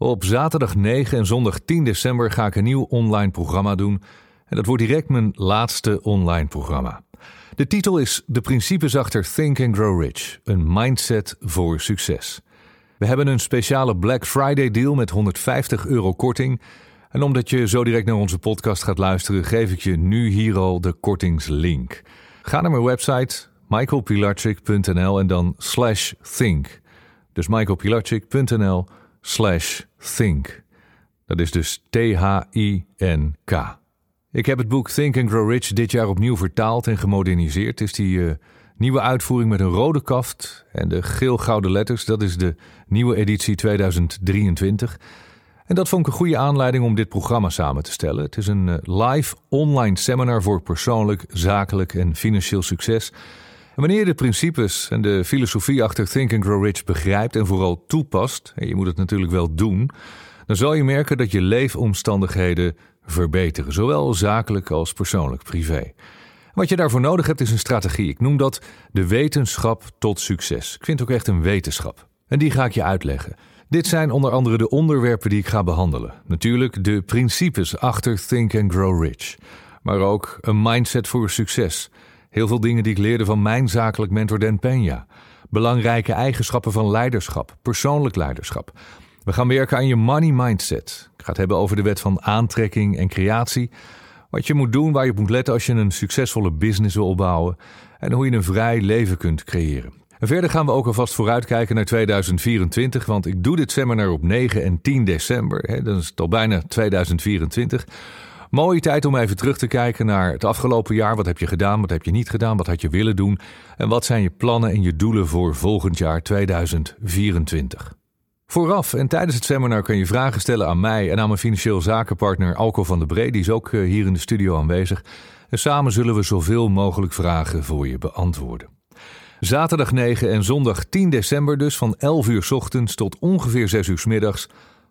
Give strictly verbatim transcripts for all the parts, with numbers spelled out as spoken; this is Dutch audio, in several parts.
Op zaterdag negen en zondag tien december ga ik een nieuw online programma doen. En dat wordt direct mijn laatste online programma. De titel is De principes achter Think and Grow Rich. Een mindset voor succes. We hebben een speciale Black Friday deal met honderdvijftig euro korting. En omdat je zo direct naar onze podcast gaat luisteren, geef ik je nu hier al de kortingslink. Ga naar mijn website michael pilarczyk punt n l en dan slash think. Dus michael pilarczyk punt n l slash think. Dat is dus T H I N K. Ik heb het boek Think and Grow Rich dit jaar opnieuw vertaald en gemoderniseerd. Het is die uh, nieuwe uitvoering met een rode kaft en de geel-gouden letters. Dat is de nieuwe editie tweeduizend drieëntwintig. En dat vond ik een goede aanleiding om dit programma samen te stellen. Het is een uh, live online seminar voor persoonlijk, zakelijk en financieel succes. En wanneer je de principes en de filosofie achter Think and Grow Rich begrijpt en vooral toepast, en je moet het natuurlijk wel doen, dan zal je merken dat je leefomstandigheden verbeteren, zowel zakelijk als persoonlijk, privé. Wat je daarvoor nodig hebt is een strategie. Ik noem dat de wetenschap tot succes. Ik vind het ook echt een wetenschap. En die ga ik je uitleggen. Dit zijn onder andere de onderwerpen die ik ga behandelen. Natuurlijk de principes achter Think and Grow Rich. Maar ook een mindset voor succes. Heel veel dingen die ik leerde van mijn zakelijk mentor Dan Peña. Belangrijke eigenschappen van leiderschap, persoonlijk leiderschap. We gaan werken aan je money mindset. Ik ga het hebben over de wet van aantrekking en creatie. Wat je moet doen, waar je op moet letten als je een succesvolle business wil opbouwen. En hoe je een vrij leven kunt creëren. En verder gaan we ook alvast vooruitkijken naar tweeduizend vierentwintig. Want ik doe dit seminar op negen en tien december. Hè, dan is het al bijna tweeduizend vierentwintig. Mooie tijd om even terug te kijken naar het afgelopen jaar. Wat heb je gedaan, wat heb je niet gedaan, wat had je willen doen? En wat zijn je plannen en je doelen voor volgend jaar tweeduizend vierentwintig? Vooraf en tijdens het seminar kun je vragen stellen aan mij en aan mijn financieel zakenpartner Alco van der Bree. Die is ook hier in de studio aanwezig. En samen zullen we zoveel mogelijk vragen voor je beantwoorden. Zaterdag negen en zondag tien december dus van elf uur 's ochtends tot ongeveer zes uur 's middags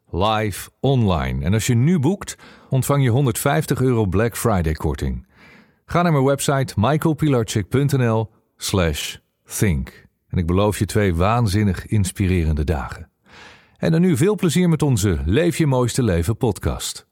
live online. En als je nu boekt, ontvang je honderdvijftig euro Black Friday korting. Ga naar mijn website michael pilarczyk punt n l slash think. En ik beloof je twee waanzinnig inspirerende dagen. En dan nu veel plezier met onze Leef je mooiste leven podcast.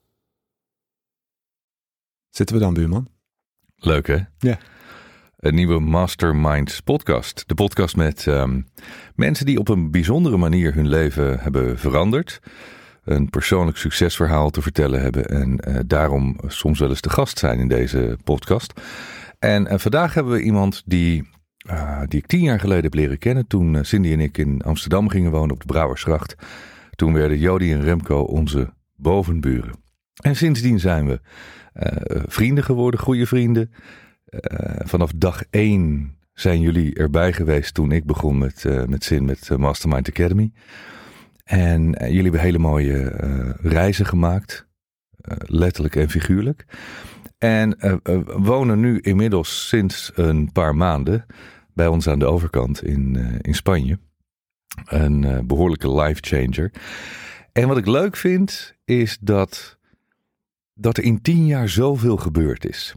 Zitten we dan, buurman? Leuk, hè? Ja. Een nieuwe Mastermind podcast. De podcast met um, mensen die op een bijzondere manier hun leven hebben veranderd. Een persoonlijk succesverhaal te vertellen hebben. En uh, daarom soms wel eens de gast zijn in deze podcast. En uh, vandaag hebben we iemand die, uh, die ik tien jaar geleden heb leren kennen. Toen uh, Cindy en ik in Amsterdam gingen wonen op de Brouwersgracht. Toen werden Jody en Remco onze bovenburen. En sindsdien zijn we uh, vrienden geworden, goede vrienden. Uh, vanaf dag één zijn jullie erbij geweest toen ik begon met, uh, met Zin, met uh, Mastermind Academy. En uh, jullie hebben hele mooie uh, reizen gemaakt, uh, letterlijk en figuurlijk. En uh, uh, wonen nu inmiddels sinds een paar maanden bij ons aan de overkant in, uh, in Spanje. Een uh, behoorlijke life changer. En wat ik leuk vind is dat, dat er in tien jaar zoveel gebeurd is.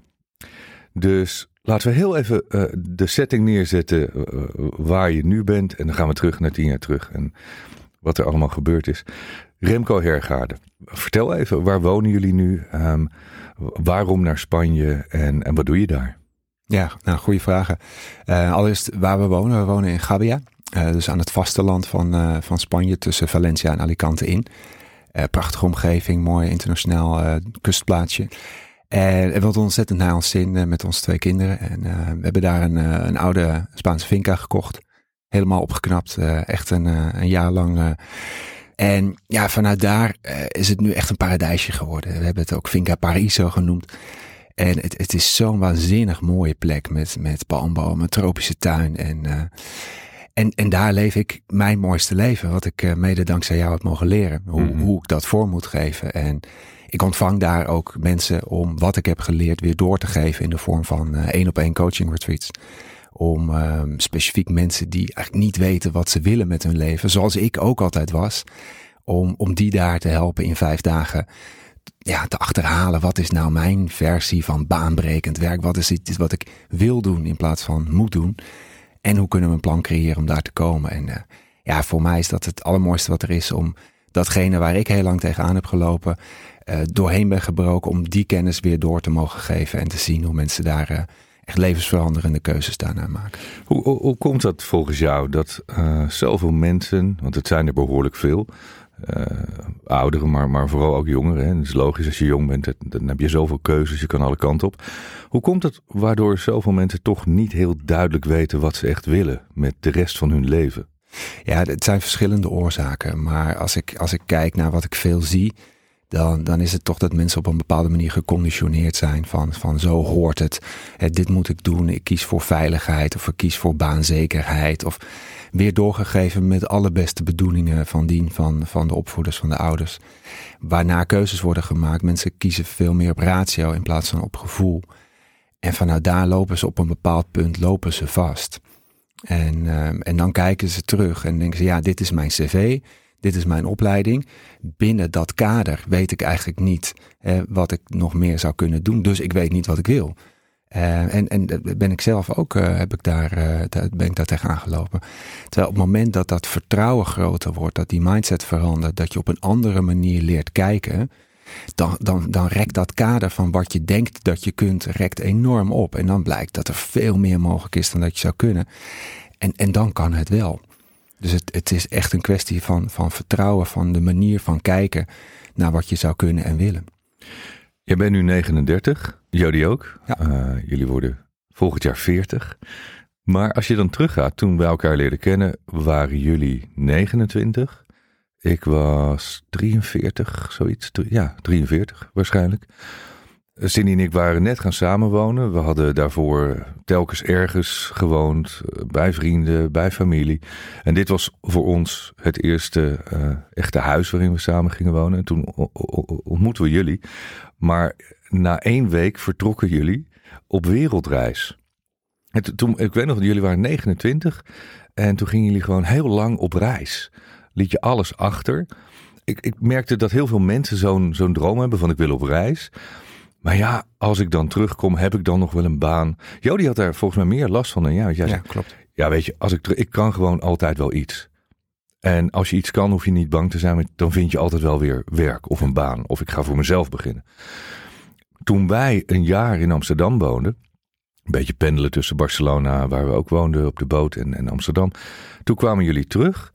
Dus laten we heel even uh, de setting neerzetten uh, waar je nu bent. En dan gaan we terug naar tien jaar terug en wat er allemaal gebeurd is. Remco Hergaarden, vertel even, waar wonen jullie nu? Um, waarom naar Spanje en, en wat doe je daar? Ja, nou, goede vragen. Uh, allereerst waar we wonen. We wonen in Gavia. Uh, dus aan het vasteland van, uh, van Spanje tussen Valencia en Alicante in. Uh, prachtige omgeving, mooi internationaal uh, kustplaatsje. En we hadden ontzettend naar ons zin uh, met onze twee kinderen. En uh, we hebben daar een, uh, een oude Spaanse finca gekocht. Helemaal opgeknapt. Uh, echt een, uh, een jaar lang. Uh, en ja, vanuit daar uh, is het nu echt een paradijsje geworden. We hebben het ook Finca Paraiso genoemd. En het, het is zo'n waanzinnig mooie plek met, met palmbomen, een tropische tuin. En, uh, en, en daar leef ik mijn mooiste leven. Wat ik uh, mede dankzij jou heb mogen leren. Hoe, mm-hmm. hoe ik dat voor moet geven. En ik ontvang daar ook mensen om wat ik heb geleerd weer door te geven in de vorm van uh, één op één coaching retreats. Om uh, specifiek mensen die eigenlijk niet weten wat ze willen met hun leven. Zoals ik ook altijd was. Om, om die daar te helpen in vijf dagen. Ja, te achterhalen. Wat is nou mijn versie van baanbrekend werk? Wat is iets wat ik wil doen in plaats van moet doen? En hoe kunnen we een plan creëren om daar te komen? En uh, ja, voor mij is dat het allermooiste wat er is om datgene waar ik heel lang tegenaan heb gelopen, uh, doorheen ben gebroken om die kennis weer door te mogen geven en te zien hoe mensen daar uh, echt levensveranderende keuzes daarna maken. Hoe, hoe, hoe komt dat volgens jou dat uh, zoveel mensen, want het zijn er behoorlijk veel, uh, ouderen, maar, maar vooral ook jongeren. Hè? Het is logisch, als je jong bent, dan heb je zoveel keuzes, je kan alle kanten op. Hoe komt het waardoor zoveel mensen toch niet heel duidelijk weten wat ze echt willen met de rest van hun leven? Ja, het zijn verschillende oorzaken. Maar als ik, als ik kijk naar wat ik veel zie, dan, dan is het toch dat mensen op een bepaalde manier geconditioneerd zijn van, van zo hoort het. Hè, dit moet ik doen, ik kies voor veiligheid of ik kies voor baanzekerheid. Of weer doorgegeven met alle beste bedoelingen van dien van, van de opvoeders, van de ouders. Waarna keuzes worden gemaakt. Mensen kiezen veel meer op ratio in plaats van op gevoel. En vanuit daar lopen ze op een bepaald punt lopen ze vast. En, uh, en dan kijken ze terug en denken ze, ja, dit is mijn cv, dit is mijn opleiding. Binnen dat kader weet ik eigenlijk niet eh, wat ik nog meer zou kunnen doen. Dus ik weet niet wat ik wil. Uh, en, en ben ik zelf ook, uh, heb ik daar, uh, daar, ben ik daar tegenaan gelopen. Terwijl op het moment dat dat vertrouwen groter wordt, dat die mindset verandert, dat je op een andere manier leert kijken, Dan, dan, dan rekt dat kader van wat je denkt dat je kunt, rekt enorm op. En dan blijkt dat er veel meer mogelijk is dan dat je zou kunnen. En, en dan kan het wel. Dus het, het is echt een kwestie van, van vertrouwen, van de manier van kijken naar wat je zou kunnen en willen. Jij bent nu negenendertig, Jody ook. Ja. Uh, jullie worden volgend jaar veertig. Maar als je dan teruggaat, toen wij elkaar leerden kennen, waren jullie negenentwintig. Ik was drieënveertig, zoiets. Ja, drieënveertig waarschijnlijk. Cindy en ik waren net gaan samenwonen. We hadden daarvoor telkens ergens gewoond. Bij vrienden, bij familie. En dit was voor ons het eerste uh, echte huis waarin we samen gingen wonen. En toen ontmoetten we jullie. Maar na één week vertrokken jullie op wereldreis. En toen, ik weet nog, jullie waren negenentwintig. En toen gingen jullie gewoon heel lang op reis. Liet je alles achter. Ik, ik merkte dat heel veel mensen zo'n, zo'n droom hebben van ik wil op reis. Maar ja, als ik dan terugkom, heb ik dan nog wel een baan? Jody had daar volgens mij meer last van dan jij. jij ja, zei, klopt. Ja, weet je, als ik, ik kan gewoon altijd wel iets. En als je iets kan, hoef je niet bang te zijn. Dan vind je altijd wel weer werk of een baan. Of ik ga voor mezelf beginnen. Toen wij een jaar in Amsterdam woonden, een beetje pendelen tussen Barcelona, waar we ook woonden op de boot, en, en Amsterdam. Toen kwamen jullie terug.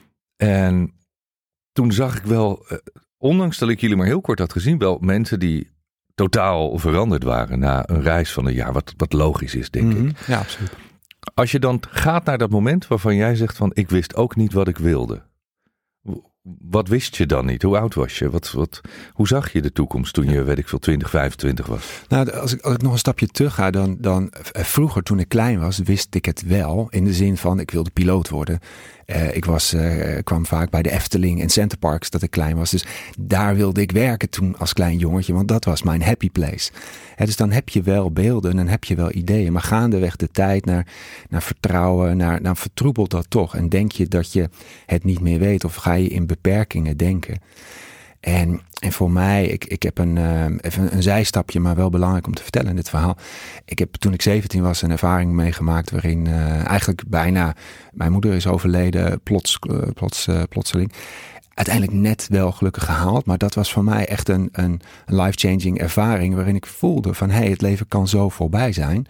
En toen zag ik wel, eh, ondanks dat ik jullie maar heel kort had gezien, wel mensen die totaal veranderd waren na een reis van een jaar. Wat, wat logisch is, denk Mm-hmm. ik. Ja, absoluut. Als je dan gaat naar dat moment waarvan jij zegt van ik wist ook niet wat ik wilde. Wat wist je dan niet? Hoe oud was je? Wat, wat, hoe zag je de toekomst toen je, weet ik veel, twintig, vijfentwintig was? Nou, als ik, als ik nog een stapje terug ga, dan, dan vroeger toen ik klein was, wist ik het wel. In de zin van, ik wilde piloot worden. Uh, ik was, uh, kwam vaak bij de Efteling en Centerparks dat ik klein was. Dus daar wilde ik werken toen als klein jongetje, want dat was mijn happy place. He, dus dan heb je wel beelden en dan heb je wel ideeën. Maar gaandeweg de tijd naar, naar vertrouwen, naar, naar vertroebelt dat toch. En denk je dat je het niet meer weet of ga je in beperkingen denken. En, en voor mij, ik, ik heb een, uh, even een zijstapje, maar wel belangrijk om te vertellen in dit verhaal. Ik heb toen ik zeventien was een ervaring meegemaakt waarin uh, eigenlijk bijna, mijn moeder is overleden, plots, uh, plots, uh, plotseling. Uiteindelijk net wel gelukkig gehaald, maar dat was voor mij echt een, een life-changing ervaring waarin ik voelde van, hé, hey, het leven kan zo voorbij zijn.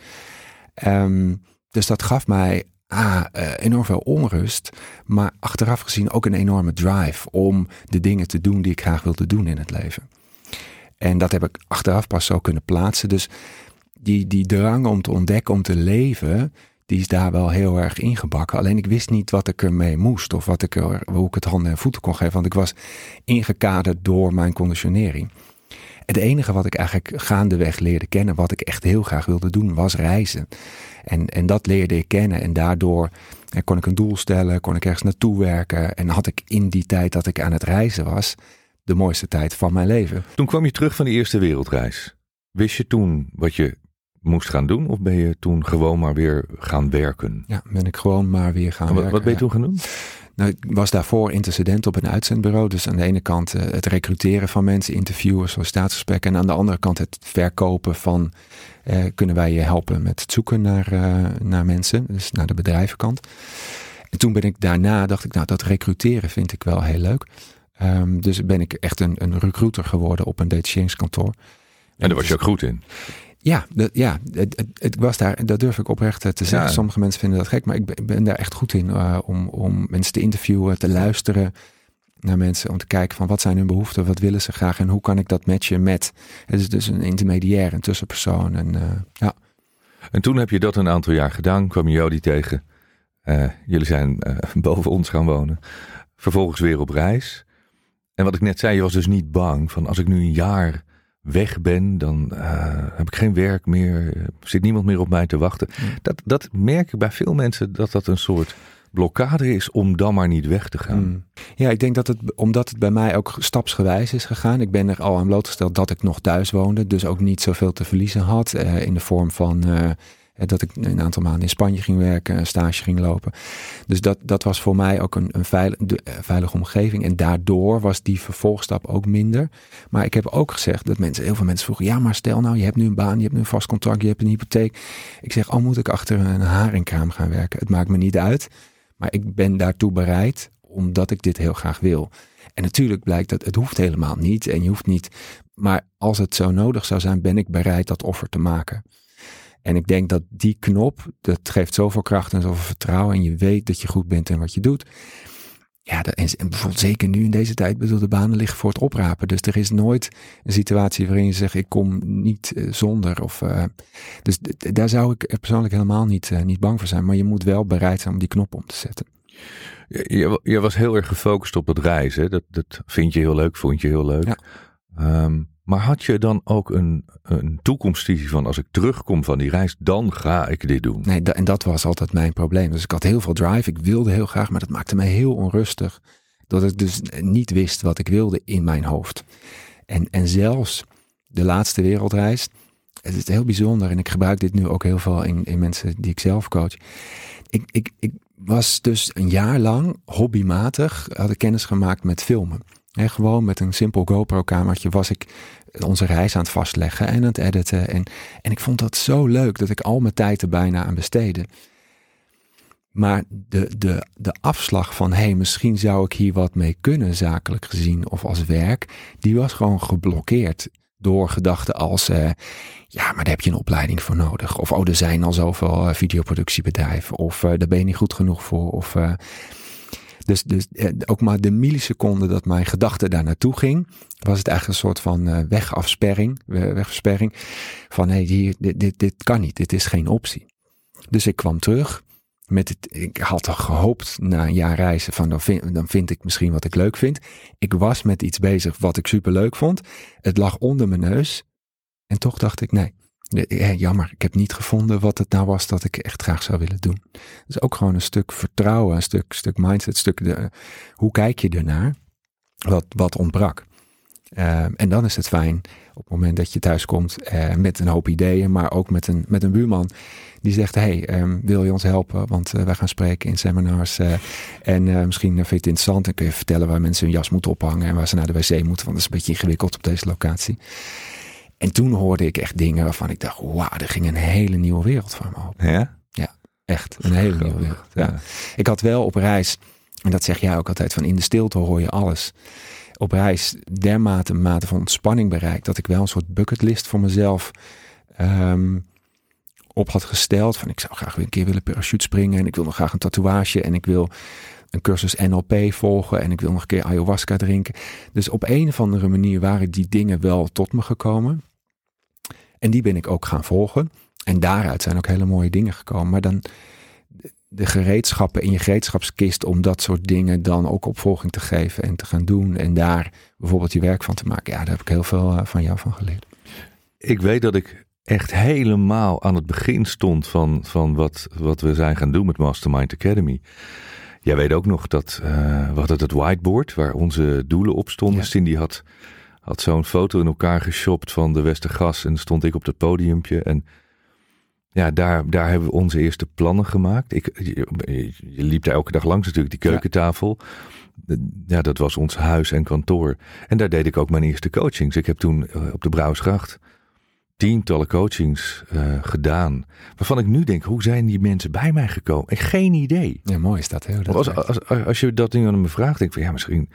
Um, dus dat gaf mij Ah, uh, enorm veel onrust, maar achteraf gezien ook een enorme drive om de dingen te doen die ik graag wilde doen in het leven. En dat heb ik achteraf pas zo kunnen plaatsen. Dus die, die drang om te ontdekken, om te leven, die is daar wel heel erg ingebakken. Alleen ik wist niet wat ik ermee moest of wat ik er, hoe ik het handen en voeten kon geven, want ik was ingekaderd door mijn conditionering. Het enige wat ik eigenlijk gaandeweg leerde kennen, wat ik echt heel graag wilde doen, was reizen. En, en dat leerde ik kennen en daardoor eh, kon ik een doel stellen, kon ik ergens naartoe werken. En had ik in die tijd dat ik aan het reizen was, de mooiste tijd van mijn leven. Toen kwam je terug van die eerste wereldreis. Wist je toen wat je moest gaan doen of ben je toen gewoon maar weer gaan werken? Ja, ben ik gewoon maar weer gaan en wat, werken. Wat ben je toen gaan doen? Nou, ik was daarvoor intercedent op een uitzendbureau. Dus aan de ene kant uh, het recruteren van mensen, interviewen, sollicitatiegesprekken. En aan de andere kant het verkopen van, uh, kunnen wij je helpen met het zoeken naar, uh, naar mensen. Dus naar de bedrijvenkant. En toen ben ik daarna, dacht ik, nou dat recruteren vind ik wel heel leuk. Um, dus ben ik echt een, een recruiter geworden op een detacheringskantoor. En, en daar was je ook goed in? Ja, de, ja het, het, het was daar, dat durf ik oprecht te zeggen. Ja. Sommige mensen vinden dat gek, maar ik ben, ik ben daar echt goed in uh, om, om mensen te interviewen, te luisteren naar mensen, om te kijken van wat zijn hun behoeften, wat willen ze graag en hoe kan ik dat matchen met. Het is dus een intermediair, een tussenpersoon. En, uh, ja. en toen heb je dat een aantal jaar gedaan, kwam je Jody tegen. Uh, jullie zijn uh, boven ons gaan wonen. Vervolgens weer op reis. En wat ik net zei, je was dus niet bang van als ik nu een jaar weg ben, dan uh, heb ik geen werk meer, zit niemand meer op mij te wachten. Ja. Dat, dat merk ik bij veel mensen, dat dat een soort blokkade is om dan maar niet weg te gaan. Mm. Ja, ik denk dat het, omdat het bij mij ook stapsgewijs is gegaan. Ik ben er al aan blootgesteld dat ik nog thuis woonde, dus ook niet zoveel te verliezen had. Uh, in de vorm van uh, dat ik een aantal maanden in Spanje ging werken, een stage ging lopen. Dus dat, dat was voor mij ook een, een veilig, de, uh, veilige omgeving. En daardoor was die vervolgstap ook minder. Maar ik heb ook gezegd dat mensen, heel veel mensen vroegen, ja, maar stel nou, je hebt nu een baan, je hebt nu een vast contract, je hebt een hypotheek. Ik zeg, al moet ik achter een haringkraam gaan werken. Het maakt me niet uit. Maar ik ben daartoe bereid, omdat ik dit heel graag wil. En natuurlijk blijkt dat het hoeft helemaal niet. En je hoeft niet. Maar als het zo nodig zou zijn, ben ik bereid dat offer te maken. En ik denk dat die knop, dat geeft zoveel kracht en zoveel vertrouwen. En je weet dat je goed bent in wat je doet. Ja, en bijvoorbeeld zeker nu in deze tijd, bedoel, de banen liggen voor het oprapen. Dus er is nooit een situatie waarin je zegt, ik kom niet uh, zonder. Of, uh, dus d- daar zou ik persoonlijk helemaal niet, uh, niet bang voor zijn. Maar je moet wel bereid zijn om die knop om te zetten. Je, je was heel erg gefocust op het reizen. Dat, dat vind je heel leuk, vond je heel leuk. Ja. Um, maar had je dan ook een, een toekomstvisie van, als ik terugkom van die reis, dan ga ik dit doen? Nee, en dat was altijd mijn probleem. Dus ik had heel veel drive, ik wilde heel graag, maar dat maakte mij heel onrustig. Dat ik dus niet wist wat ik wilde in mijn hoofd. En, en zelfs de laatste wereldreis, het is heel bijzonder en ik gebruik dit nu ook heel veel in, in mensen die ik zelf coach. Ik, ik, ik was dus een jaar lang hobbymatig, had ik kennis gemaakt met filmen. He, gewoon met een simpel GoPro-kamertje was ik onze reis aan het vastleggen en aan het editen. En, en ik vond dat zo leuk dat ik al mijn tijd er bijna aan besteedde. Maar de, de, de afslag van, hé, hey, misschien zou ik hier wat mee kunnen, zakelijk gezien of als werk, die was gewoon geblokkeerd door gedachten als, uh, ja, maar daar heb je een opleiding voor nodig. Of, oh, er zijn al zoveel uh, videoproductiebedrijven. Of, uh, daar ben je niet goed genoeg voor. Of... Uh, Dus, dus eh, ook maar de milliseconde dat mijn gedachte daar naartoe ging, was het eigenlijk een soort van uh, wegafsperring, wegversperring. Van hé, hey, dit, dit, dit kan niet, dit is geen optie. Dus ik kwam terug met het, ik had al gehoopt na een jaar reizen van dan vind, dan vind ik misschien wat ik leuk vind. Ik was met iets bezig wat ik super leuk vond. Het lag onder mijn neus en toch dacht ik nee. Ja, jammer, ik heb niet gevonden wat het nou was dat ik echt graag zou willen doen. Dus ook gewoon een stuk vertrouwen, een stuk, stuk mindset, een stuk de, hoe kijk je ernaar, wat, wat ontbrak. Uh, en dan is het fijn op het moment dat je thuis komt uh, met een hoop ideeën, maar ook met een, met een buurman die zegt, hey, um, wil je ons helpen? Want uh, wij gaan spreken in seminars uh, en uh, misschien vind je het interessant en kun je vertellen waar mensen hun jas moeten ophangen en waar ze naar de wc moeten, want dat is een beetje ingewikkeld op deze locatie. En toen hoorde ik echt dingen waarvan ik dacht, wauw, er ging een hele nieuwe wereld voor me open. Ja? Ja, echt. Een hele nieuwe wereld. Ja. Ja. Ik had wel op reis, en dat zeg jij ook altijd, van in de stilte hoor je alles. Op reis dermate een mate van ontspanning bereikt, dat ik wel een soort bucketlist voor mezelf um, op had gesteld. Van ik zou graag weer een keer willen parachute springen en ik wil nog graag een tatoeage en ik wil een cursus N L P volgen en ik wil nog een keer ayahuasca drinken. Dus op een of andere manier waren die dingen wel tot me gekomen. En die ben ik ook gaan volgen. En daaruit zijn ook hele mooie dingen gekomen. Maar dan de gereedschappen in je gereedschapskist om dat soort dingen dan ook opvolging te geven en te gaan doen. En daar bijvoorbeeld je werk van te maken. Ja, daar heb ik heel veel van jou van geleerd. Ik weet dat ik echt helemaal aan het begin stond van, van wat, wat we zijn gaan doen met Mastermind Academy. Jij weet ook nog dat, uh, we hadden het whiteboard waar onze doelen op stonden. Ja. Cindy had, had zo'n foto in elkaar geshopt van de Westergas en stond ik op het podiumpje. En ja, daar, daar hebben we onze eerste plannen gemaakt. Ik, je, je liep daar elke dag langs natuurlijk, die keukentafel. Ja. ja, dat was ons huis en kantoor. En daar deed ik ook mijn eerste coachings. Ik heb toen uh, op de Brouwersgracht tientallen coachings uh, gedaan. Waarvan ik nu denk, hoe zijn die mensen bij mij gekomen? Ik geen idee. Ja, mooi is dat. Heel als, als, als, als je dat nu aan me vraagt, denk ik van ja, misschien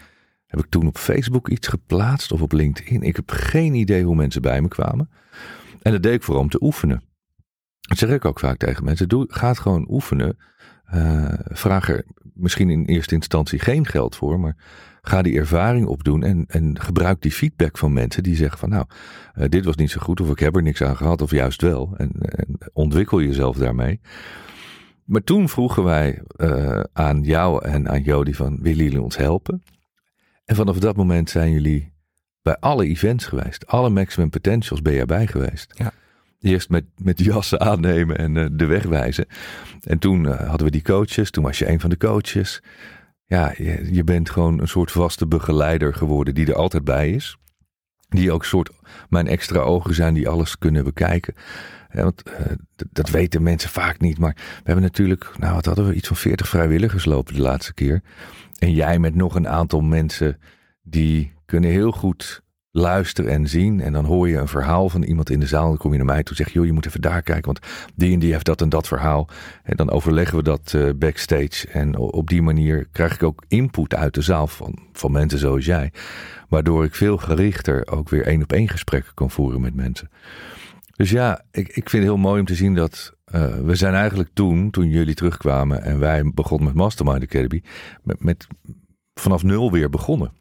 heb ik toen op Facebook iets geplaatst of op LinkedIn. Ik heb geen idee hoe mensen bij me kwamen. En dat deed ik vooral om te oefenen. Dat zeg ik ook vaak tegen mensen. Doe, ga het gewoon oefenen. Uh, vraag er misschien in eerste instantie geen geld voor, maar ga die ervaring opdoen en, en gebruik die feedback van mensen die zeggen van nou, uh, dit was niet zo goed of ik heb er niks aan gehad of juist wel. En, en ontwikkel jezelf daarmee. Maar toen vroegen wij uh, aan jou en aan Jody van willen jullie ons helpen? En vanaf dat moment zijn jullie bij alle events geweest. Alle Maximum Potentials ben jij bij geweest. Ja. Eerst met, met jassen aannemen en uh, de weg wijzen. En toen uh, hadden we die coaches. Toen was je een van de coaches. Ja, je, je bent gewoon een soort vaste begeleider geworden die er altijd bij is. Die ook een soort mijn extra ogen zijn die alles kunnen bekijken. Ja, want uh, d- dat weten mensen vaak niet. Maar we hebben natuurlijk, nou wat hadden we, iets van veertig vrijwilligers lopen de laatste keer. En jij met nog een aantal mensen die kunnen heel goed luisteren en zien. En dan hoor je een verhaal van iemand in de zaal. Dan kom je naar mij toe en zeg je, joh, je moet even daar kijken. Want die en die heeft dat en dat verhaal. En dan overleggen we dat uh, backstage. En op die manier krijg ik ook input uit de zaal van, van mensen zoals jij. Waardoor ik veel gerichter ook weer één op één gesprekken kan voeren met mensen. Dus ja, ik, ik vind het heel mooi om te zien dat uh, we zijn eigenlijk toen, toen jullie terugkwamen en wij begonnen met Mastermind Academy, met, met vanaf nul weer begonnen.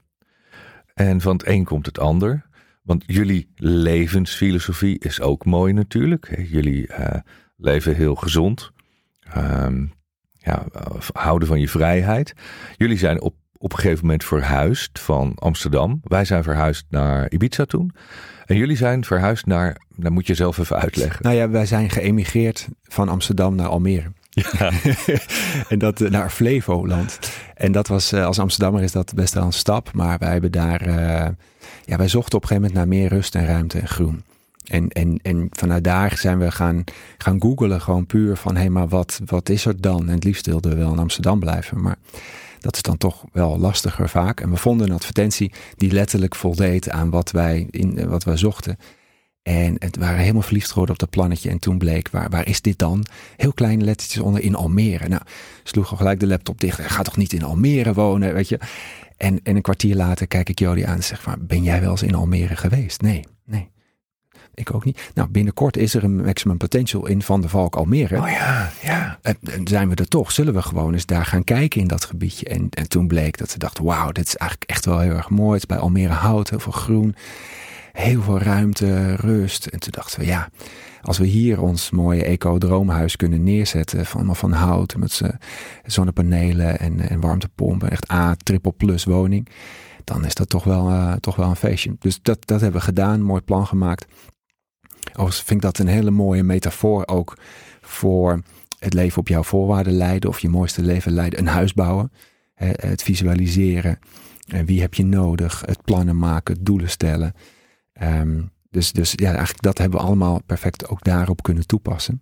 En van het een komt het ander. Want jullie levensfilosofie is ook mooi natuurlijk. Jullie uh, leven heel gezond. Um, ja, houden van je vrijheid. Jullie zijn op, op een gegeven moment verhuisd van Amsterdam. Wij zijn verhuisd naar Ibiza toen. En jullie zijn verhuisd naar, dat moet je zelf even uitleggen. Nou ja, wij zijn geëmigreerd van Amsterdam naar Almere. Ja. En dat naar Flevoland. En dat was, als Amsterdammer is dat best wel een stap. Maar wij hebben daar, uh, ja, wij zochten op een gegeven moment naar meer rust en ruimte en groen. En, en, en vanuit daar zijn we gaan, gaan googlen gewoon puur van, hé, hey, maar wat, wat is er dan? En het liefst wilden we wel in Amsterdam blijven, maar dat is dan toch wel lastiger vaak. En we vonden een advertentie die letterlijk voldeed aan wat wij, in, wat wij zochten. En het waren helemaal verliefd geworden op dat plannetje. En toen bleek, waar, waar is dit dan? Heel kleine lettertjes onder, in Almere. Nou, sloeg al gelijk de laptop dicht. Ga toch niet in Almere wonen, weet je? En, en een kwartier later kijk ik Jody aan en zeg van, ben jij wel eens in Almere geweest? Nee, nee. Ik ook niet. Nou, binnenkort is er een Maximum Potential in Van der Valk Almere. Oh ja, ja. En, en zijn we er toch? Zullen we gewoon eens daar gaan kijken in dat gebiedje? En, en toen bleek dat ze dachten, wauw, dit is eigenlijk echt wel heel erg mooi. Het is bij Almere Hout, heel veel groen. Heel veel ruimte, rust. En toen dachten we, ja, als we hier ons mooie eco-droomhuis kunnen neerzetten, van, van hout, met uh, zonnepanelen en, en warmtepompen, echt A, triple plus woning, dan is dat toch wel, uh, toch wel een feestje. Dus dat, dat hebben we gedaan, mooi plan gemaakt. Overigens vind ik dat een hele mooie metafoor ook voor het leven op jouw voorwaarden leiden, of je mooiste leven leiden, een huis bouwen, hè, het visualiseren, en wie heb je nodig, het plannen maken, doelen stellen. Um, dus, dus ja, eigenlijk dat hebben we allemaal perfect ook daarop kunnen toepassen.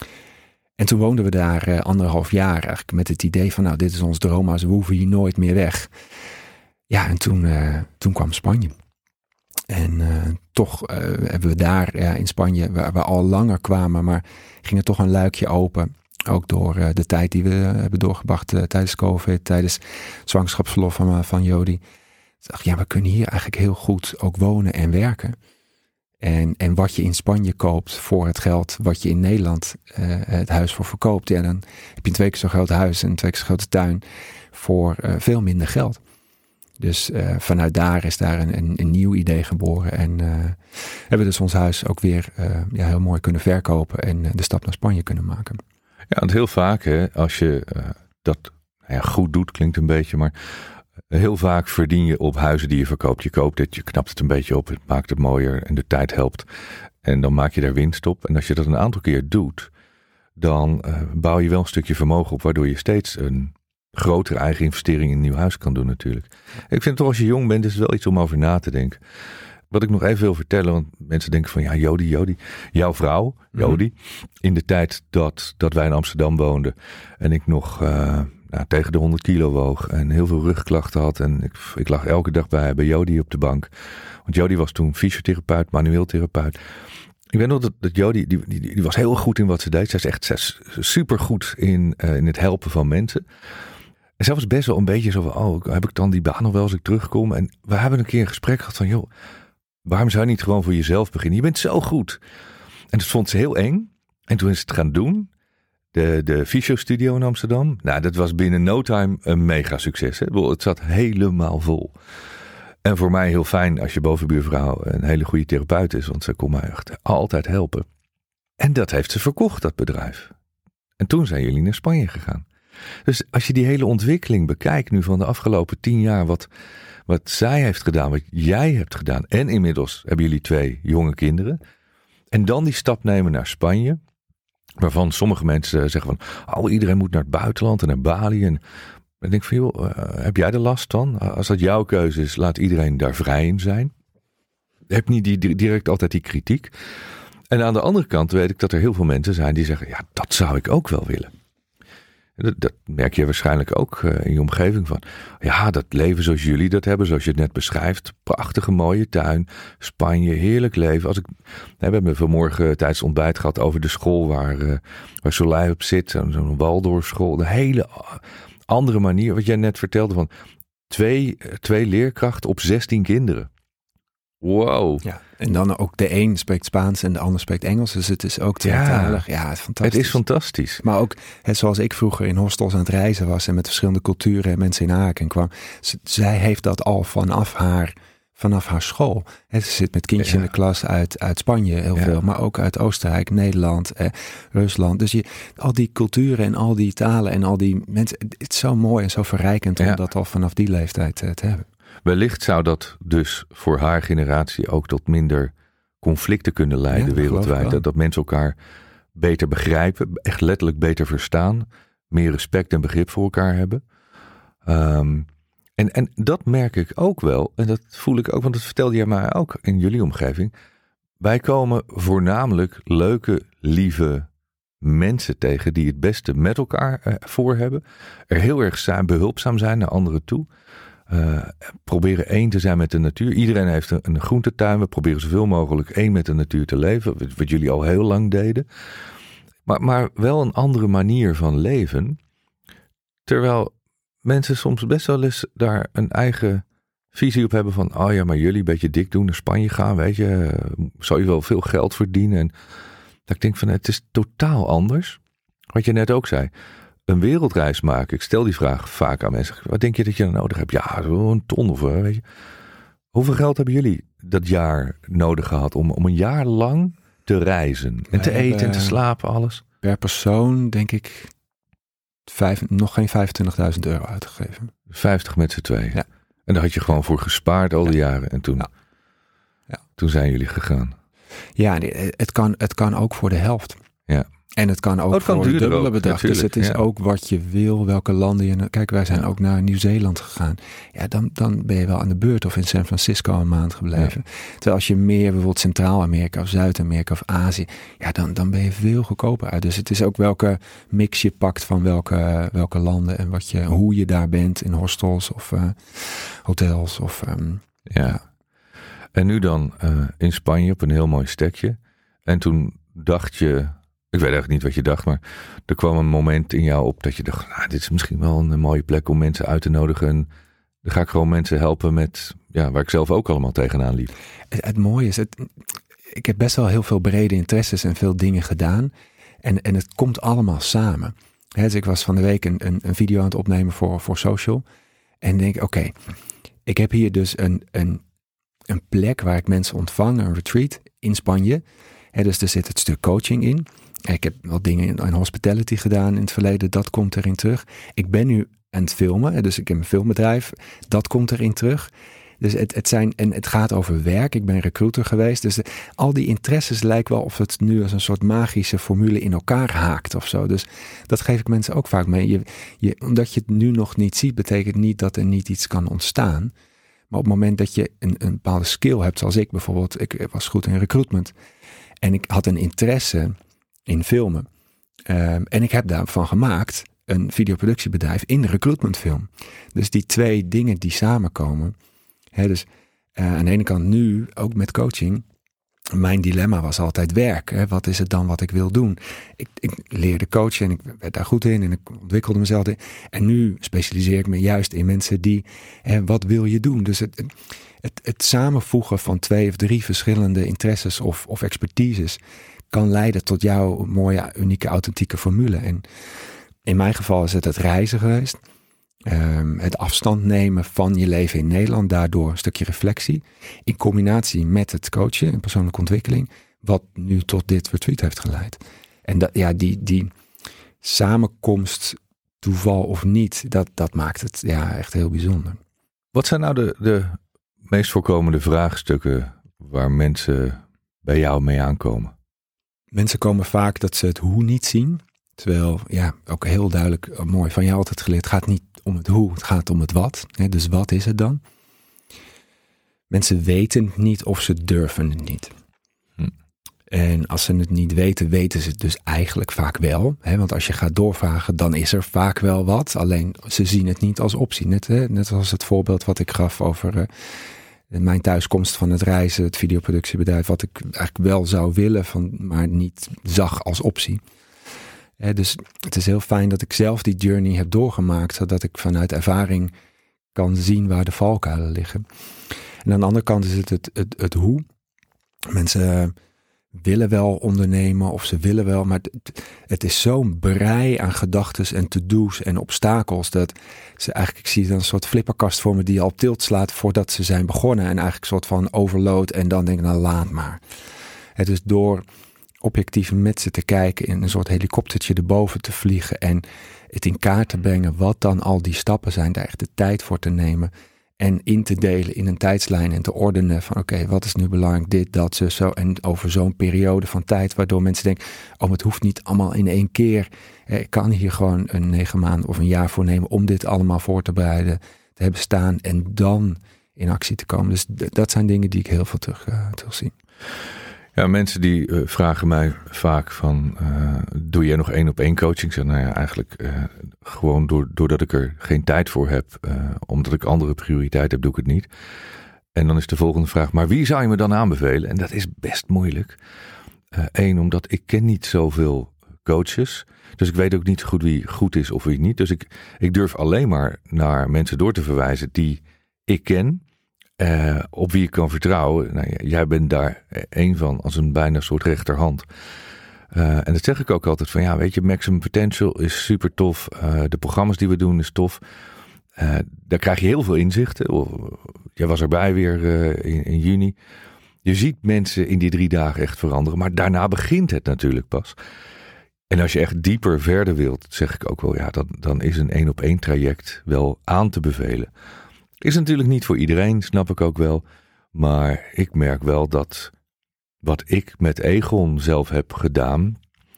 En toen woonden we daar uh, anderhalf jaar eigenlijk met het idee van, nou, dit is ons droomhuis, we hoeven hier nooit meer weg. Ja, en toen, uh, toen kwam Spanje. En uh, toch uh, hebben we daar ja, in Spanje, waar we al langer kwamen, maar ging er toch een luikje open. Ook door uh, de tijd die we uh, hebben doorgebracht uh, tijdens COVID, tijdens zwangerschapsverlof van, uh, van Jody. Ik dacht, ja, we kunnen hier eigenlijk heel goed ook wonen en werken. En, en wat je in Spanje koopt voor het geld wat je in Nederland uh, het huis voor verkoopt. Ja, dan heb je een twee keer zo groot huis en een twee keer zo grote tuin voor uh, veel minder geld. Dus uh, vanuit daar is daar een, een, een nieuw idee geboren. En uh, hebben we dus ons huis ook weer uh, ja, heel mooi kunnen verkopen en uh, de stap naar Spanje kunnen maken. Ja, want heel vaak hè, als je uh, dat nou ja, goed doet, klinkt een beetje, maar heel vaak verdien je op huizen die je verkoopt. Je koopt het, je knapt het een beetje op, het maakt het mooier en de tijd helpt. En dan maak je daar winst op. En als je dat een aantal keer doet, dan uh, bouw je wel een stukje vermogen op, waardoor je steeds een grotere eigen investering in een nieuw huis kan doen natuurlijk. Ik vind toch, als je jong bent, is het wel iets om over na te denken. Wat ik nog even wil vertellen, want mensen denken van ja, Jody, Jody, jouw vrouw, Jody, mm-hmm. in de tijd dat, dat wij in Amsterdam woonden en ik nog uh, nou, tegen de honderd kilo woog en heel veel rugklachten had en ik, ik lag elke dag bij, bij Jody op de bank. Want Jody was toen fysiotherapeut, manueel therapeut. Ik weet nog dat, dat Jody, die, die, die was heel goed in wat ze deed. Zij is echt zij is super goed in, uh, in het helpen van mensen. En zij was best wel een beetje zo van, oh, heb ik dan die baan nog wel als ik terugkom? En we hebben een keer een gesprek gehad van, joh, waarom zou je niet gewoon voor jezelf beginnen? Je bent zo goed. En dat vond ze heel eng. En toen is het gaan doen. De, de Fysio-studio in Amsterdam. Nou, dat was binnen no time een mega succes. Hè? Het zat helemaal vol. En voor mij heel fijn als je bovenbuurvrouw een hele goede therapeut is. Want ze kon mij echt altijd helpen. En dat heeft ze verkocht, dat bedrijf. En toen zijn jullie naar Spanje gegaan. Dus als je die hele ontwikkeling bekijkt nu van de afgelopen tien jaar. Wat, wat zij heeft gedaan, wat jij hebt gedaan. En inmiddels hebben jullie twee jonge kinderen. En dan die stap nemen naar Spanje. Waarvan sommige mensen zeggen van, oh, iedereen moet naar het buitenland en naar Bali. En ik denk van, joh, uh, heb jij de last dan? Als dat jouw keuze is, laat iedereen daar vrij in zijn. Heb niet die, direct altijd die kritiek. En aan de andere kant weet ik dat er heel veel mensen zijn die zeggen, ja, dat zou ik ook wel willen. Dat, dat merk je waarschijnlijk ook uh, in je omgeving van. Ja, dat leven zoals jullie dat hebben, zoals je het net beschrijft. Prachtige mooie tuin, Spanje, heerlijk leven. Als ik, we hebben vanmorgen tijdens het ontbijt gehad over de school waar, uh, waar Soleil op zit. Zo'n, zo'n Waldorfschool. Een hele andere manier, wat jij net vertelde van twee, twee leerkrachten op zestien kinderen. Wow. Ja, en dan ook de een spreekt Spaans en de ander spreekt Engels. Dus het is ook tweetalig. Ja, ja, het is fantastisch. Het is fantastisch. Maar ook, het, zoals ik vroeger in hostels aan het reizen was en met verschillende culturen en mensen in aanraking kwam. Z- zij heeft dat al vanaf haar, vanaf haar school. He, ze zit met kindjes ja. in de klas uit, uit Spanje heel ja. veel. Maar ook uit Oostenrijk, Nederland, eh, Rusland. Dus je, al die culturen en al die talen en al die mensen. Het is zo mooi en zo verrijkend ja. om dat al vanaf die leeftijd uh, te hebben. Wellicht zou dat dus voor haar generatie ook tot minder conflicten kunnen leiden ja, wereldwijd. Dat, dat mensen elkaar beter begrijpen, echt letterlijk beter verstaan, meer respect en begrip voor elkaar hebben. Um, en, en dat merk ik ook wel, en dat voel ik ook, want dat vertelde jij mij ook in jullie omgeving. Wij komen voornamelijk leuke, lieve mensen tegen die het beste met elkaar uh, voor hebben. Er heel erg zijn, behulpzaam zijn naar anderen toe. Uh, proberen één te zijn met de natuur. Iedereen heeft een, een groentetuin. We proberen zoveel mogelijk één met de natuur te leven. Wat, wat jullie al heel lang deden. Maar, maar wel een andere manier van leven. Terwijl mensen soms best wel eens daar een eigen visie op hebben van, oh ja, maar jullie een beetje dik doen, naar Spanje gaan, weet je. Uh, zou je wel veel geld verdienen. En dat ik denk van, het is totaal anders. Wat je net ook zei. Een wereldreis maken. Ik stel die vraag vaak aan mensen. Wat denk je dat je dan nodig hebt? Ja, een ton of weet je. Hoeveel geld hebben jullie dat jaar nodig gehad om, om een jaar lang te reizen? En te eten en te slapen, alles? Per persoon denk ik vijf, nog geen vijfentwintigduizend euro uitgegeven. vijftig met z'n tweeën. Ja. En daar had je gewoon voor gespaard al die ja. jaren. En toen, ja. Ja. toen zijn jullie gegaan. Ja, het kan, het kan ook voor de helft. Ja. En het kan ook oh, het kan voor een dubbele bedrag. Dus het is ja. ook wat je wil, welke landen je... Kijk, wij zijn ja. ook naar Nieuw-Zeeland gegaan. Ja, dan, dan ben je wel aan de beurt of in San Francisco een maand gebleven. Ja. Terwijl als je meer bijvoorbeeld Centraal-Amerika of Zuid-Amerika of Azië... Ja, dan, dan ben je veel goedkoper uit. Dus het is ook welke mix je pakt van welke, welke landen... en wat je, hoe je daar bent in hostels of uh, hotels. Of, um, ja. ja. En nu dan uh, in Spanje op een heel mooi stekje. En toen dacht je... Ik weet eigenlijk niet wat je dacht, maar er kwam een moment in jou op dat je dacht, nou, dit is misschien wel een mooie plek om mensen uit te nodigen. En dan ga ik gewoon mensen helpen met, ja, waar ik zelf ook allemaal tegenaan liep. Het, het mooie is, het, ik heb best wel heel veel brede interesses en veel dingen gedaan. En, en het komt allemaal samen. He, dus ik was van de week een, een, een video aan het opnemen voor, voor social. En denk, oké, okay, ik heb hier dus een, een, een plek waar ik mensen ontvang, een retreat in Spanje. He, dus er zit het stuk coaching in. Ik heb wat dingen in hospitality gedaan in het verleden. Dat komt erin terug. Ik ben nu aan het filmen. Dus ik heb een filmbedrijf. Dat komt erin terug. Dus het, het, zijn, en het gaat over werk. Ik ben recruiter geweest. Dus de, al die interesses lijken wel of het nu als een soort magische formule in elkaar haakt of zo. Dus dat geef ik mensen ook vaak mee. Je, je, omdat je het nu nog niet ziet, betekent niet dat er niet iets kan ontstaan. Maar op het moment dat je een, een bepaalde skill hebt, zoals ik bijvoorbeeld. Ik was goed in recruitment. En ik had een interesse in filmen. Um, en ik heb daarvan gemaakt een videoproductiebedrijf in recruitmentfilm. Dus die twee dingen die samenkomen. Hè, dus uh, aan de ene kant nu, ook met coaching, mijn dilemma was altijd werk. Hè? Wat is het dan wat ik wil doen? Ik, ik leerde coachen en ik werd daar goed in en ik ontwikkelde mezelf in. En nu specialiseer ik me juist in mensen die, hè, wat wil je doen? Dus het, het, het samenvoegen van twee of drie verschillende interesses of, of expertises kan leiden tot jouw mooie, unieke, authentieke formule. En in mijn geval is het het reizen geweest. Um, het afstand nemen van je leven in Nederland, daardoor een stukje reflectie. In combinatie met het coachen en persoonlijke ontwikkeling, wat nu tot dit retreat heeft geleid. En dat, ja, die, die samenkomst, toeval of niet, dat, dat maakt het ja, echt heel bijzonder. Wat zijn nou de, de meest voorkomende vraagstukken waar mensen bij jou mee aankomen? Mensen komen vaak dat ze het hoe niet zien. Terwijl, ja, ook heel duidelijk, mooi van jou altijd geleerd, het gaat niet om het hoe, het gaat om het wat. Hè, dus wat is het dan? Mensen weten het niet of ze durven het niet. Hm. En als ze het niet weten, weten ze het dus eigenlijk vaak wel. Hè, want als je gaat doorvragen, dan is er vaak wel wat. Alleen, ze zien het niet als optie. Net, hè, net als het voorbeeld wat ik gaf over uh, mijn thuiskomst van het reizen, het videoproductiebedrijf, wat ik eigenlijk wel zou willen, van, maar niet zag als optie. He, dus het is heel fijn dat ik zelf die journey heb doorgemaakt, zodat ik vanuit ervaring kan zien waar de valkuilen liggen. En aan de andere kant is het het, het, het hoe. Mensen willen wel ondernemen of ze willen wel, maar het, het is zo'n brei aan gedachtes en to-do's en obstakels dat ze eigenlijk, ik zie dan een soort flipperkast voor me die al op tilt slaat voordat ze zijn begonnen en eigenlijk een soort van overload en dan denk ik, nou laat maar. Het is door objectief met ze te kijken, in een soort helikoptertje erboven te vliegen en het in kaart te brengen wat dan al die stappen zijn, daar echt de tijd voor te nemen en in te delen in een tijdslijn en te ordenen van oké, okay, wat is nu belangrijk, dit, dat, zo, zo en over zo'n periode van tijd, waardoor mensen denken, oh, het hoeft niet allemaal in één keer. Ik kan hier gewoon een negen maanden of een jaar voor nemen om dit allemaal voor te bereiden, te hebben staan en dan in actie te komen. Dus d- dat zijn dingen die ik heel veel terug, uh, terug zie. Ja, mensen die uh, vragen mij vaak van, uh, doe jij nog één op één coaching? Ik zeg, nou ja, eigenlijk uh, gewoon door, doordat ik er geen tijd voor heb, uh, omdat ik andere prioriteiten heb, doe ik het niet. En dan is de volgende vraag, maar wie zou je me dan aanbevelen? En dat is best moeilijk. Eén, uh, omdat ik ken niet zoveel coaches. Dus ik weet ook niet goed wie goed is of wie niet. Dus ik, ik durf alleen maar naar mensen door te verwijzen die ik ken. Uh, op wie ik kan vertrouwen. Nou, jij bent daar één van als een bijna soort rechterhand. Uh, en dat zeg ik ook altijd van ja, weet je, Maximum Potential is super tof. Uh, de programma's die we doen is tof. Uh, daar krijg je heel veel inzichten. Oh, jij was erbij weer uh, in, in juni. Je ziet mensen in die drie dagen echt veranderen. Maar daarna begint het natuurlijk pas. En als je echt dieper verder wilt, zeg ik ook wel ja, dan, dan is een één op één traject wel aan te bevelen. Is natuurlijk niet voor iedereen, snap ik ook wel. Maar ik merk wel dat wat ik met Egon zelf heb gedaan.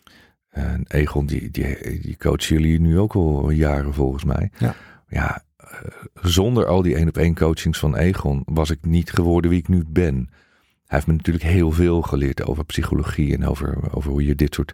En Egon, die, die, die coachen jullie nu ook al jaren volgens mij. Ja, ja zonder al die één op één coachings van Egon was ik niet geworden wie ik nu ben. Hij heeft me natuurlijk heel veel geleerd over psychologie en over, over hoe je dit soort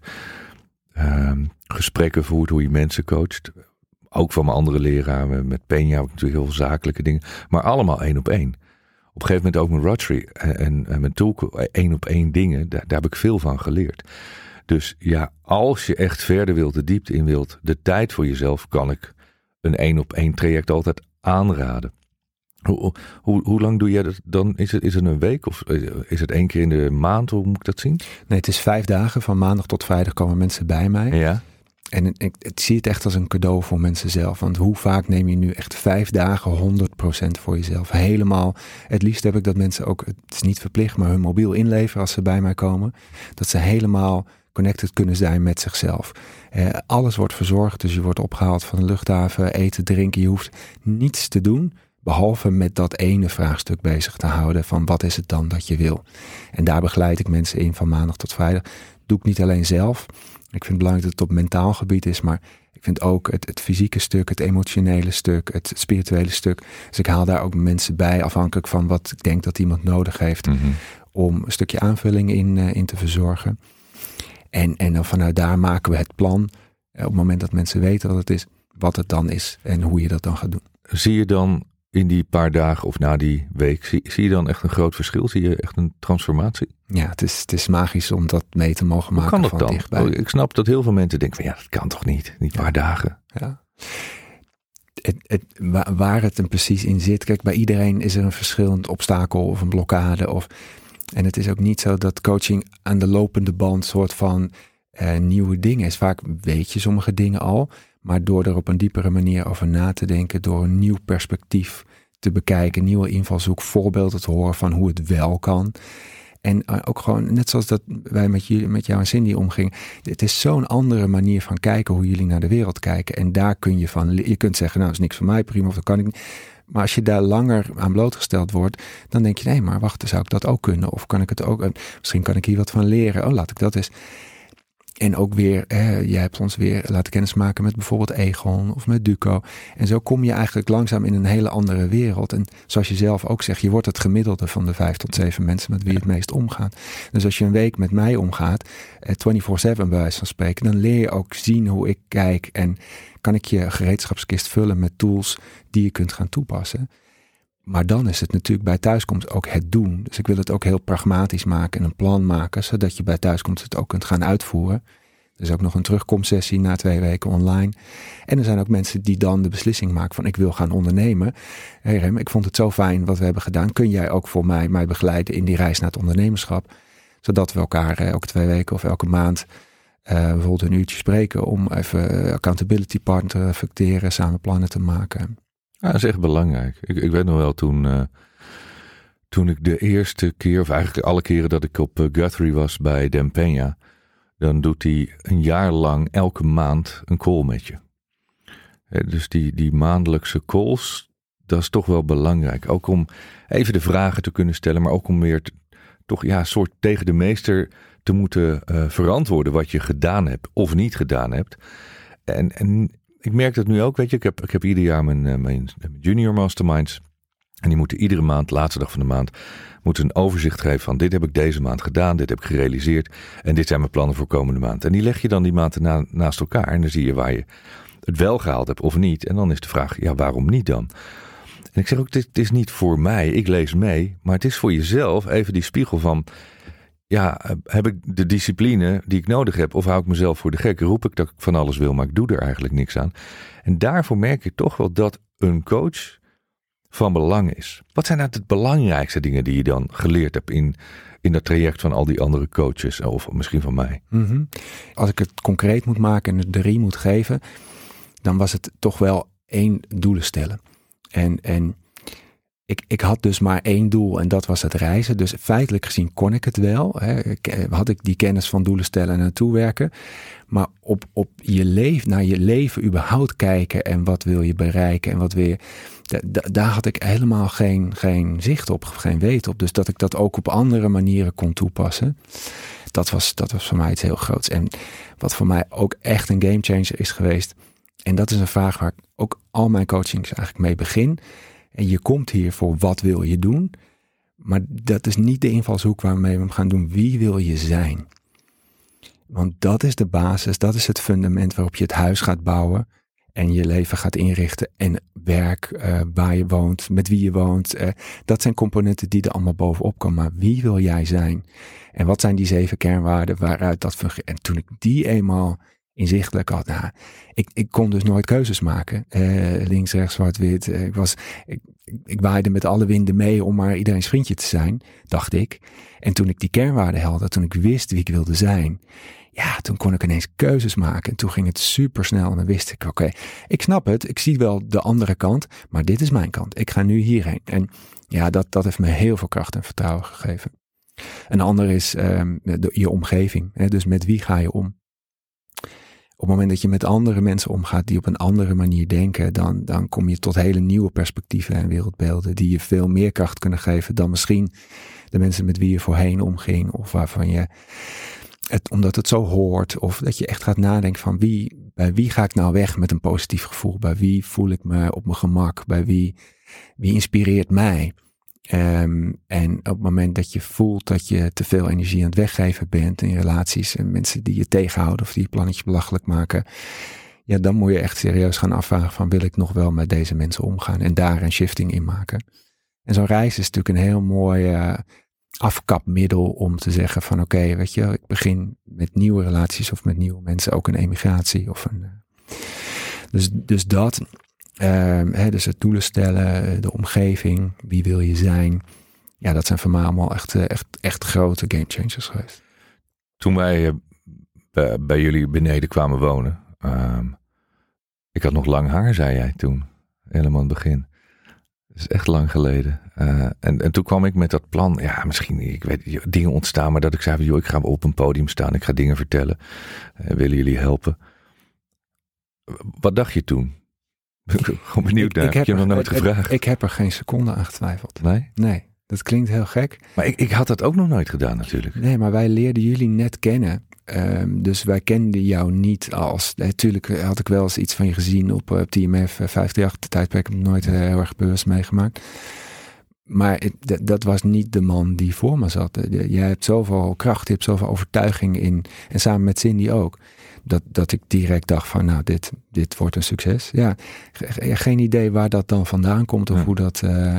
uh, gesprekken voert, hoe je mensen coacht. Ook van mijn andere leraar, met Peña heb ik natuurlijk heel veel zakelijke dingen. Maar allemaal één op één. Op een gegeven moment ook met Rotary en, en, en met Toolco, één op één dingen. Daar, daar heb ik veel van geleerd. Dus ja, als je echt verder wilt, de diepte in wilt, de tijd voor jezelf, kan ik een één op één traject altijd aanraden. Hoe, hoe, hoe lang doe jij dat dan? Is het, is het een week of is het één keer in de maand? Hoe moet ik dat zien? Nee, het is vijf dagen. Van maandag tot vrijdag komen mensen bij mij. Ja. En ik, ik zie het echt als een cadeau voor mensen zelf. Want hoe vaak neem je nu echt vijf dagen honderd procent voor jezelf? Helemaal. Het liefst heb ik dat mensen ook, het is niet verplicht, maar hun mobiel inleveren als ze bij mij komen. Dat ze helemaal connected kunnen zijn met zichzelf. Eh, alles wordt verzorgd, dus je wordt opgehaald van de luchthaven, eten, drinken. Je hoeft niets te doen, behalve met dat ene vraagstuk bezig te houden van wat is het dan dat je wil. En daar begeleid ik mensen in van maandag tot vrijdag. Doe ik niet alleen zelf. Ik vind het belangrijk dat het op mentaal gebied is, maar ik vind ook het, het fysieke stuk, het emotionele stuk, het spirituele stuk. Dus ik haal daar ook mensen bij, afhankelijk van wat ik denk dat iemand nodig heeft, mm-hmm. om een stukje aanvulling in, uh, in te verzorgen. En, en dan vanuit daar maken we het plan, uh, op het moment dat mensen weten wat het is, wat het dan is en hoe je dat dan gaat doen. Zie je dan in die paar dagen of na die week, zie, zie je dan echt een groot verschil? Zie je echt een transformatie? Ja, het is, het is magisch om dat mee te mogen maken. Hoe kan dat van dan? dichtbij. Oh, ik snap dat heel veel mensen denken van ja, dat kan toch niet? Die paar ja. dagen. Ja. Het, het, waar het hem precies in zit. Kijk, bij iedereen is er een verschillend obstakel of een blokkade. Of, en het is ook niet zo dat coaching aan de lopende band soort van uh, nieuwe dingen is. Vaak weet je sommige dingen al. Maar door er op een diepere manier over na te denken. Door een nieuw perspectief te bekijken. Nieuwe invalshoek. Voorbeelden te horen van hoe het wel kan. En uh, ook gewoon, net zoals dat wij met, jullie, met jou en Cindy omgingen. Het is zo'n andere manier van kijken hoe jullie naar de wereld kijken. En daar kun je van, je kunt zeggen, nou, dat is niks voor mij, prima, of dat kan ik niet. Maar als je daar langer aan blootgesteld wordt, dan denk je, nee, maar wacht, zou ik dat ook kunnen? Of kan ik het ook, uh, misschien kan ik hier wat van leren. Oh, laat ik dat eens. En ook weer, eh, jij hebt ons weer laten kennismaken met bijvoorbeeld Egon of met Duco. En zo kom je eigenlijk langzaam in een hele andere wereld. En zoals je zelf ook zegt, je wordt het gemiddelde van de vijf tot zeven mensen met wie je het meest omgaat. Dus als je een week met mij omgaat, eh, vierentwintig zeven bij wijze van spreken, dan leer je ook zien hoe ik kijk. En kan ik je gereedschapskist vullen met tools die je kunt gaan toepassen. Maar dan is het natuurlijk bij thuiskomst ook het doen. Dus ik wil het ook heel pragmatisch maken en een plan maken, zodat je bij thuiskomst het ook kunt gaan uitvoeren. Er is ook nog een terugkomstsessie na twee weken online. En er zijn ook mensen die dan de beslissing maken van ik wil gaan ondernemen. Hé hey Rem, ik vond het zo fijn wat we hebben gedaan. Kun jij ook voor mij, mij begeleiden in die reis naar het ondernemerschap? Zodat we elkaar eh, elke twee weken of elke maand uh, bijvoorbeeld een uurtje spreken om even accountability partner te reflecteren, samen plannen te maken. Ja, dat is echt belangrijk. Ik, ik weet nog wel toen, uh, toen ik de eerste keer, of eigenlijk alle keren dat ik op uh, Guthrie was bij Dan Peña, dan doet hij een jaar lang elke maand een call met je. He, dus die, die maandelijkse calls, dat is toch wel belangrijk. Ook om even de vragen te kunnen stellen, maar ook om weer te, toch ja, soort tegen de meester te moeten uh, verantwoorden wat je gedaan hebt of niet gedaan hebt. En, en ik merk dat nu ook, weet je, ik heb, ik heb ieder jaar mijn, mijn, mijn junior masterminds. En die moeten iedere maand, laatste dag van de maand, moeten een overzicht geven van dit heb ik deze maand gedaan, dit heb ik gerealiseerd en dit zijn mijn plannen voor komende maand. En die leg je dan die maanden na, naast elkaar en dan zie je waar je het wel gehaald hebt of niet. En dan is de vraag, ja, waarom niet dan? En ik zeg ook, dit is niet voor mij, ik lees mee, maar het is voor jezelf even die spiegel van, ja, heb ik de discipline die ik nodig heb of hou ik mezelf voor de gek? Roep ik dat ik van alles wil, maar ik doe er eigenlijk niks aan. En daarvoor merk ik toch wel dat een coach van belang is. Wat zijn nou de belangrijkste dingen die je dan geleerd hebt in, in dat traject van al die andere coaches of misschien van mij? Mm-hmm. Als ik het concreet moet maken en er drie moet geven, dan was het toch wel één doelen stellen. En, en ik, ik had dus maar één doel en dat was het reizen. Dus feitelijk gezien kon ik het wel. Hè. Had ik die kennis van doelen stellen en naartoe werken. Maar op, op je leven, naar je leven überhaupt kijken en wat wil je bereiken en wat wil je, da, da, daar had ik helemaal geen, geen zicht op, geen weet op. Dus dat ik dat ook op andere manieren kon toepassen. Dat was, dat was voor mij iets heel groots. En wat voor mij ook echt een gamechanger is geweest. En dat is een vraag waar ik ook al mijn coachings eigenlijk mee begin. En je komt hier voor wat wil je doen. Maar dat is niet de invalshoek waarmee we hem gaan doen. Wie wil je zijn? Want dat is de basis, dat is het fundament waarop je het huis gaat bouwen. En je leven gaat inrichten. En werk, uh, waar je woont, met wie je woont. Uh, dat zijn componenten die er allemaal bovenop komen. Maar wie wil jij zijn? En wat zijn die zeven kernwaarden waaruit dat fungeert? En toen ik die eenmaal inzichtelijk had, nou, ik, ik kon dus nooit keuzes maken. Uh, links, rechts, zwart, wit. Uh, ik, was, ik, ik waaide met alle winden mee om maar iedereen's vriendje te zijn, dacht ik. En toen ik die kernwaarden helde, toen ik wist wie ik wilde zijn, ja, toen kon ik ineens keuzes maken. En toen ging het super snel en dan wist ik, oké, okay, ik snap het, ik zie wel de andere kant, maar dit is mijn kant. Ik ga nu hierheen. En ja, dat, dat heeft me heel veel kracht en vertrouwen gegeven. Een ander is um, de, je omgeving. Hè? Dus met wie ga je om? Op het moment dat je met andere mensen omgaat die op een andere manier denken, dan, dan kom je tot hele nieuwe perspectieven en wereldbeelden die je veel meer kracht kunnen geven dan misschien de mensen met wie je voorheen omging of waarvan je het, omdat het zo hoort, of dat je echt gaat nadenken van wie, bij wie ga ik nou weg met een positief gevoel, bij wie voel ik me op mijn gemak, bij wie, wie inspireert mij. Um, en op het moment dat je voelt dat je te veel energie aan het weggeven bent in relaties en mensen die je tegenhouden of die je plannetje belachelijk maken, Ja, dan moet je echt serieus gaan afvragen van wil ik nog wel met deze mensen omgaan en daar een shifting in maken. En zo'n reis is natuurlijk een heel mooi uh, afkapmiddel om te zeggen van oké, okay, weet je, ik begin met nieuwe relaties of met nieuwe mensen, ook een emigratie of een... Uh, dus, dus dat, uh, hè, dus het doelen stellen, de omgeving, wie wil je zijn. Ja, dat zijn voor mij allemaal echt, echt, echt grote game changers geweest. Toen wij uh, bij, bij jullie beneden kwamen wonen, um, ik had nog lang haar, zei jij toen, helemaal in het begin. Dat is echt lang geleden. Uh, en, en toen kwam ik met dat plan. Ja, misschien, ik weet, dingen ontstaan, maar dat ik zei, joh, ik ga op een podium staan. Ik ga dingen vertellen. Uh, willen jullie helpen? Wat dacht je toen? Gewoon benieuwd naar. Ik, ik heb, heb je nog nooit ik, gevraagd. Ik, ik heb er geen seconde aan getwijfeld. Nee? Nee, dat klinkt heel gek. Maar ik, ik had dat ook nog nooit gedaan natuurlijk. Nee, maar wij leerden jullie net kennen. Um, dus wij kenden jou niet als... Natuurlijk eh, had ik wel eens iets van je gezien op, op T M F uh, vijfhonderdachtig. De tijdperk heb ik nooit uh, heel erg bewust meegemaakt. Maar het, d- dat was niet de man die voor me zat. De, jij hebt zoveel kracht, je hebt zoveel overtuiging in. En samen met Cindy ook. Dat, dat ik direct dacht van, nou, dit, dit wordt een succes. Ja, ge- geen idee waar dat dan vandaan komt of ja. hoe dat... Uh,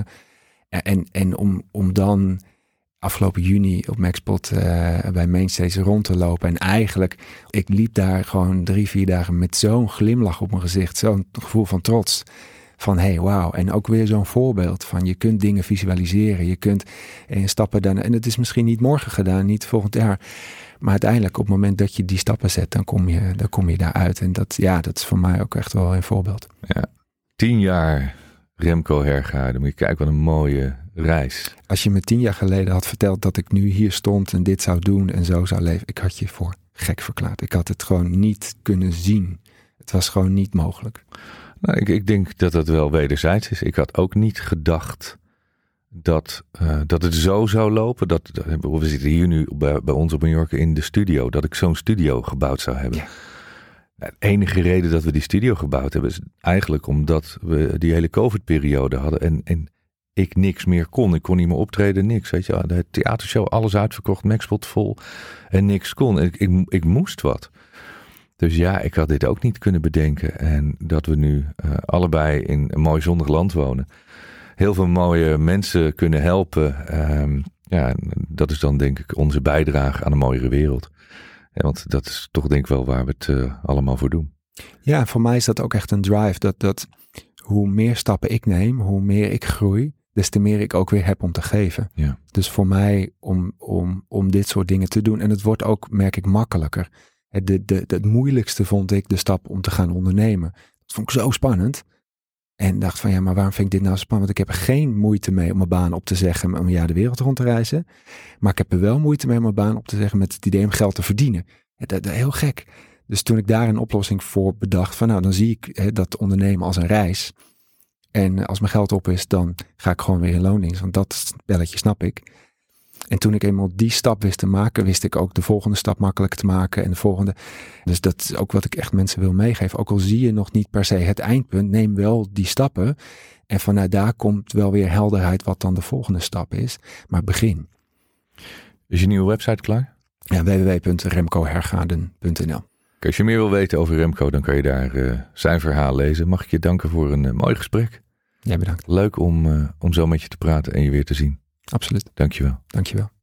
en en om, om dan... afgelopen juni op Maxpot uh, bij Mainstage rond te lopen. En eigenlijk, ik liep daar gewoon drie, vier dagen met zo'n glimlach op mijn gezicht. Zo'n gevoel van trots. Van hey, wauw. En ook weer zo'n voorbeeld van je kunt dingen visualiseren. Je kunt en stappen dan. En het is misschien niet morgen gedaan, niet volgend jaar. Maar uiteindelijk op het moment dat je die stappen zet, dan kom je, dan kom je daaruit. En dat, ja, dat is voor mij ook echt wel een voorbeeld. Ja, tien jaar Remco Hergaarden. Moet je kijken, wat een mooie reis. Als je me tien jaar geleden had verteld dat ik nu hier stond en dit zou doen en zo zou leven, ik had je voor gek verklaard. Ik had het gewoon niet kunnen zien. Het was gewoon niet mogelijk. Nou, ik, ik denk dat het wel wederzijds is. Ik had ook niet gedacht dat, uh, dat het zo zou lopen. Dat, dat, we zitten hier nu bij, bij ons op Mallorca in de studio. Dat ik zo'n studio gebouwd zou hebben. Ja. De enige reden dat we die studio gebouwd hebben is eigenlijk omdat we die hele COVID-periode hadden. En, en ik niks meer kon. Ik kon niet meer optreden, niks. Weet je, de theatershow, alles uitverkocht, Maxpot vol en niks kon. Ik, ik, ik moest wat. Dus ja, ik had dit ook niet kunnen bedenken. En dat we nu uh, allebei in een mooi zonnig land wonen. Heel veel mooie mensen kunnen helpen. Um, ja, dat is dan denk ik onze bijdrage aan een mooiere wereld. Ja, want dat is toch denk ik wel waar we het uh, allemaal voor doen. Ja, voor mij is dat ook echt een drive. Dat, dat hoe meer stappen ik neem, hoe meer ik groei, des te meer ik ook weer heb om te geven. Ja. Dus voor mij om, om, om dit soort dingen te doen. En het wordt ook, merk ik, makkelijker. Het, de, de, de, het moeilijkste vond ik de stap om te gaan ondernemen. Dat vond ik zo spannend. En dacht van ja, maar waarom vind ik dit nou spannend? Want ik heb er geen moeite mee om mijn baan op te zeggen om ja, de wereld rond te reizen. Maar ik heb er wel moeite mee om mijn baan op te zeggen met het idee om geld te verdienen. Ja, dat is heel gek. Dus toen ik daar een oplossing voor bedacht van nou, dan zie ik hè, dat ondernemen als een reis. En als mijn geld op is, dan ga ik gewoon weer in loondienst. Want dat spelletje snap ik. En toen ik eenmaal die stap wist te maken, wist ik ook de volgende stap makkelijk te maken. En de volgende. Dus dat is ook wat ik echt mensen wil meegeven. Ook al zie je nog niet per se het eindpunt, neem wel die stappen. En vanuit daar komt wel weer helderheid wat dan de volgende stap is. Maar begin. Is je nieuwe website klaar? Ja, w w w punt remco hergaarden punt n l. Als je meer wil weten over Remco, dan kan je daar uh, zijn verhaal lezen. Mag ik je danken voor een uh, mooi gesprek. Ja, bedankt. Leuk om, uh, om zo met je te praten en je weer te zien. Absoluut. Dank je wel. Dank je wel.